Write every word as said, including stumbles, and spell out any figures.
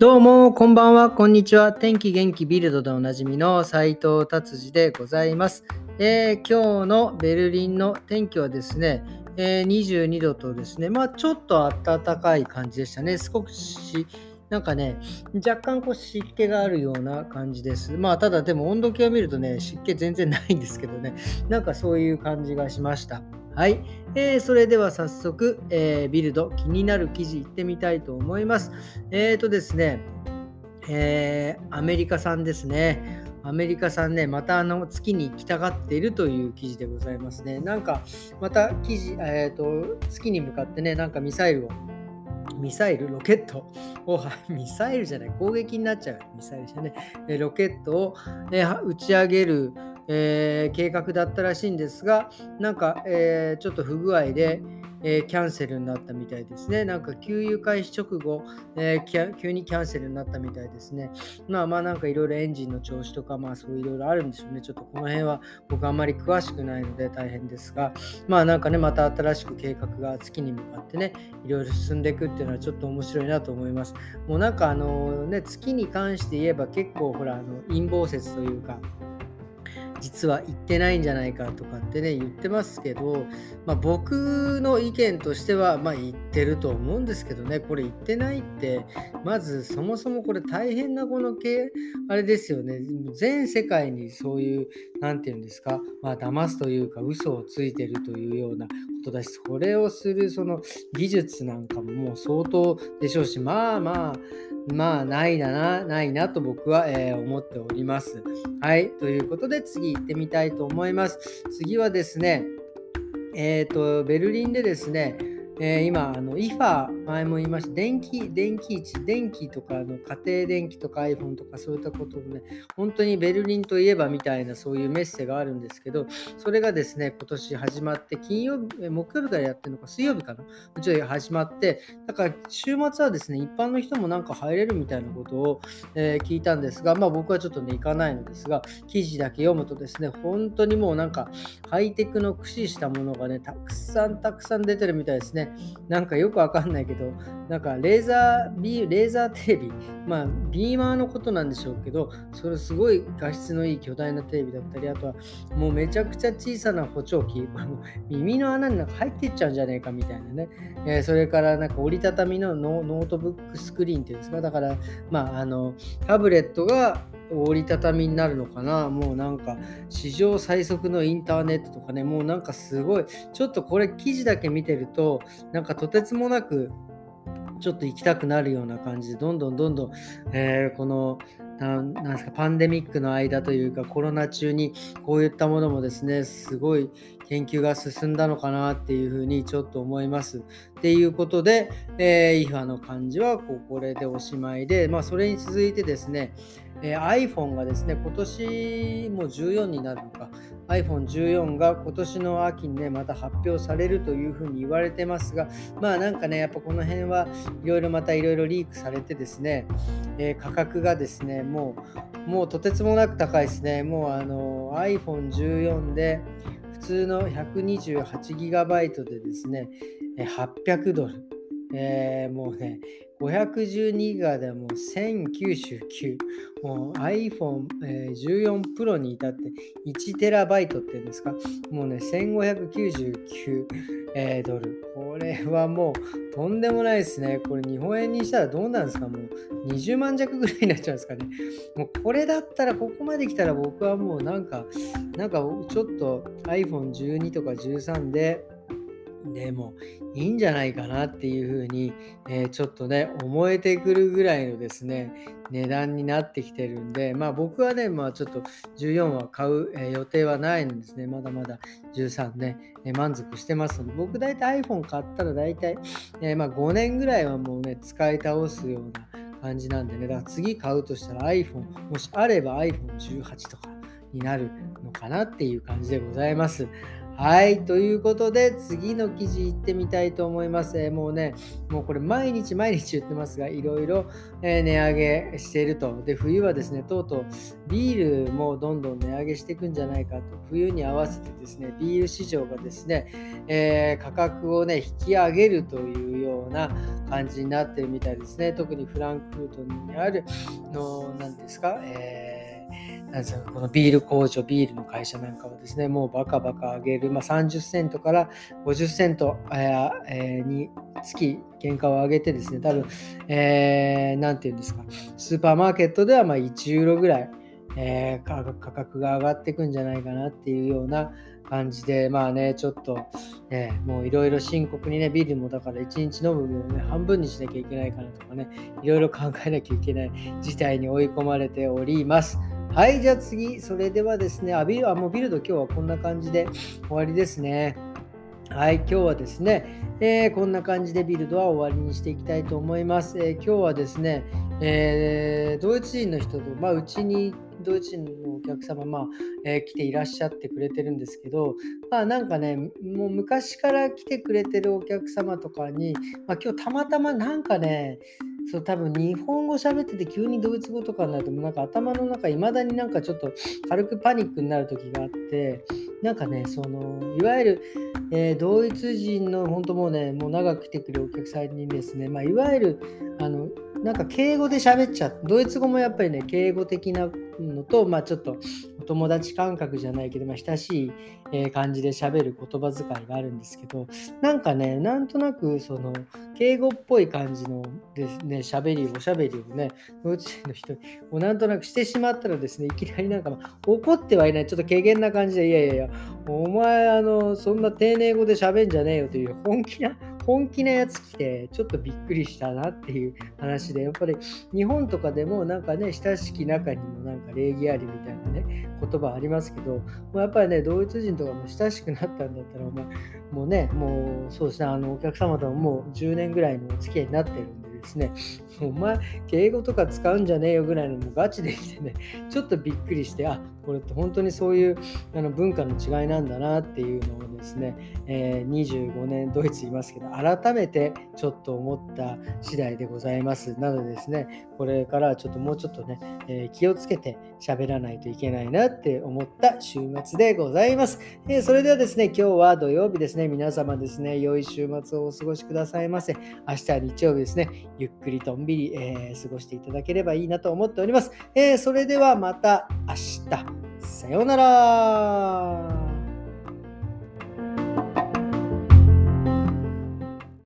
どうも、こんばんは、こんにちは。天気元気ビルドでおなじみの斉藤達治でございます。えー今日のベルリンの天気はですね、えーにじゅうにどとですね、まあちょっと暖かい感じでしたね。少し、なんかね、若干こう湿気があるような感じです。まあただでも温度計を見るとね、湿気全然ないんですけどね、なんかそういう感じがしました。はい。えーそれでは早速、えービルド気になる記事いってみたいと思います。えーとですね、えーアメリカ産ですね。アメリカ産ね、またあの月に行きたがっているという記事でございますね。なんか、また記事、えーと、月に向かってね、なんかミサイルを、ミサイル、ロケットを、はミサイルじゃない、攻撃になっちゃう、ミサイルじゃね、えーロケットを、えーは打ち上げる、えー計画だったらしいんですが、なんか、えーちょっと不具合で、えーキャンセルになったみたいですね。なんか給油開始直後、えーキャ急にキャンセルになったみたいですね。まあまあなんかいろいろエンジンの調子とか、まあそういろいろあるんでしょうね。ちょっとこの辺は僕あんまり詳しくないので大変ですが、まあなんかね、また新しく計画が月に向かってね、いろいろ進んでいくっていうのはちょっと面白いなと思います。もうなんかあのね、月に関して言えば結構ほら、あの陰謀説というか、実は言ってないんじゃないかとかってね言ってますけど、まあ、僕の意見としては、まあ、言ってると思うんですけどね、これ言ってないってまずそもそもこれ大変なこの系あれですよね。全世界にそういうなんていうんですか、まあ騙すというか嘘をついてるというようなことだし、それをするその技術なんかももう相当でしょうし、まあまあまあないだなないなと僕は、えー思っております。はい。ということで次行ってみたいと思います。次はですね、えっと、ベルリンでですね、えー今、あの、イファ、前も言いました、電気、電気市、電気とか、あの家庭電気とか iPhone とかそういったことでね、本当にベルリンといえばみたいなそういうメッセがあるんですけど、それがですね、今年始まって、金曜日、え木曜日からやってるのか、水曜日かな、ちょっと始まって、だから週末はですね、一般の人もなんか入れるみたいなことを、えー聞いたんですが、まあ僕はちょっとね、行かないのですが、記事だけ読むとですね、本当にもうなんか、ハイテクの駆使したものがね、たくさんたくさん出てるみたいですね。なんかよくわかんないけど、なんかレーザービー、レーザーテレビ、まあ、ビーマーのことなんでしょうけど、それすごい画質のいい巨大なテレビだったり、あとはもうめちゃくちゃ小さな補聴器、あの耳の穴になんか入っていっちゃうんじゃねえかみたいなね。えーそれからなんか折りたたみのノノートブックスクリーンっていうんですか、だから、まあ、あの、タブレットが折りたたみになるのかな。もうなんか史上最速のインターネットとかね、もうなんかすごい、ちょっとこれ記事だけ見てると、なんかとてつもなくちょっと行きたくなるような感じで、どんどんどんどん、えーこの、なんなんですか、パンデミックの間というか、コロナ中にこういったものもですね、すごい研究が進んだのかなっていうふうにちょっと思います。っていうことで、えー、イファの漢字はここれでおしまいで、まあ、それに続いてですね、えー iPhone がですね、今年もじゅうよんになるのか、アイフォンじゅうよん が今年の秋にね、また発表されるというふうに言われてますが、まあなんかね、やっぱこの辺はいろいろまたいろいろリークされてですね、えー価格がですね、もう、もうとてつもなく高いですね。もうあの アイフォンじゅうよん で普通の ひゃくにじゅうはちギガバイト でですね、えーはっぴゃくドル。えーもうね、ごひゃくじゅうにギガでもうせんきゅうじゅうきゅう。もう アイフォン、えーじゅうよん Pro に至っていちテラバイトっていうんですか、もうね、せんごひゃくきゅうじゅうきゅう、えードル。これはもうとんでもないですね。これ日本円にしたらどうなんですか？もうにじゅうまん弱ぐらいになっちゃうんですかね。もうこれだったら、ここまで来たら僕はもうなんか、なんかちょっと アイフォンじゅうに とかじゅうさんで、でもいいんじゃないかなっていうふうに、えーちょっとね、思えてくるぐらいのですね、値段になってきてるんで、まあ僕はね、まあちょっとじゅうよんは買う、えー予定はないんですね。まだまだじゅうさんね、えー満足してますので、僕大体 iPhone 買ったら大体、えーまあごねんぐらいはもうね、使い倒すような感じなんでね、だから次買うとしたら iPhone、もしあれば アイフォンじゅうはち とかになるのかなっていう感じでございます。 はい。ということで、次の記事行ってみたいと思います。えーもうね、もうこれ毎日毎日言ってますが、いろいろ、えー値上げしていると。で、冬はですね、とうとうビールもどんどん値上げしていくんじゃないかと。冬に合わせてですね、ビール市場がですね、えー価格をね、引き上げるというような感じになってるみたいですね。特にフランクフルトにあるの、なんですか、えーなんですかこのビール工場、ビールの会社なんかはですね、もうバカバカ上げる、まあ、さんじゅっセントからごじゅっセント、えーえーにつき原価を上げてですね、多分、えーなんていうんですか、スーパーマーケットではまあいちユーロぐらい、えー価格価格が上がっていくんじゃないかなっていうような感じで、まあね、ちょっと、ね、もういろいろ深刻にね、ビールもだからいちにち飲む分をね、半分にしなきゃいけないかなとかね、いろいろ考えなきゃいけない事態に追い込まれております。はい、じゃあ次、それではですね、あ、ビル、あ、もうビルド今日はこんな感じで終わりですね。はい、今日はですね、えーこんな感じでビルドは終わりにしていきたいと思います。えー今日はですね、えードイツ人の人と、まあ、うちにドイツ人のお客様、まあえー来ていらっしゃってくれてるんですけど、まあなんかね、もう昔から来てくれてるお客様とかに、まあ、今日たまたまなんかね、そう多分日本語喋ってて急にドイツ語とかになるともうなんか頭の中いまだになんかちょっと軽くパニックになる時があって、なんかねそのいわゆるえードイツ人の本当もうね、もう長く来てくれるお客さんにですね、まあ、いわゆるあのなんか敬語で喋っちゃう、ドイツ語もやっぱりね、敬語的なのと、まあ、ちょっとお友達感覚じゃないけど、まあ、親しい、えー感じで喋る言葉遣いがあるんですけど、なんかね、なんとなくその敬語っぽい感じのですね、喋り、おしゃべりをね、ドイツ人の人にもうなんとなくしてしまったらですね、いきなりなんか、まあ怒ってはいない、ちょっと軽減な感じで、いやいやいや、お前、あの、そんな丁寧語で喋んじゃねえよという本気な、本気なやつ来て、ちょっとびっくりしたなっていう話で、やっぱり日本とかでもなんかね、親しき中にもなんか礼儀ありみたいなね、言葉ありますけど、もうやっぱりね、ドイツ人とかも親しくなったんだったら、お前、もうね、もうそうですね、あの、お客様とももうじゅうねんぐらいのお付き合いになってるんでですね、お前、敬語とか使うんじゃねえよぐらいのもうガチで来てね、ちょっとびっくりして、あ、これって本当にそういうあの文化の違いなんだなっていうのをですね、えーにじゅうごねんドイツいますけど、改めてちょっと思った次第でございます。なのでですね、これからちょっともうちょっとね、えー気をつけて喋らないといけないなって思った週末でございます。えーそれではですね、今日は土曜日ですね、皆様ですね、良い週末をお過ごしくださいませ。明日は日曜日ですね、ゆっくりとんびり、えー過ごしていただければいいなと思っております。えーそれではまた明日。さようなら。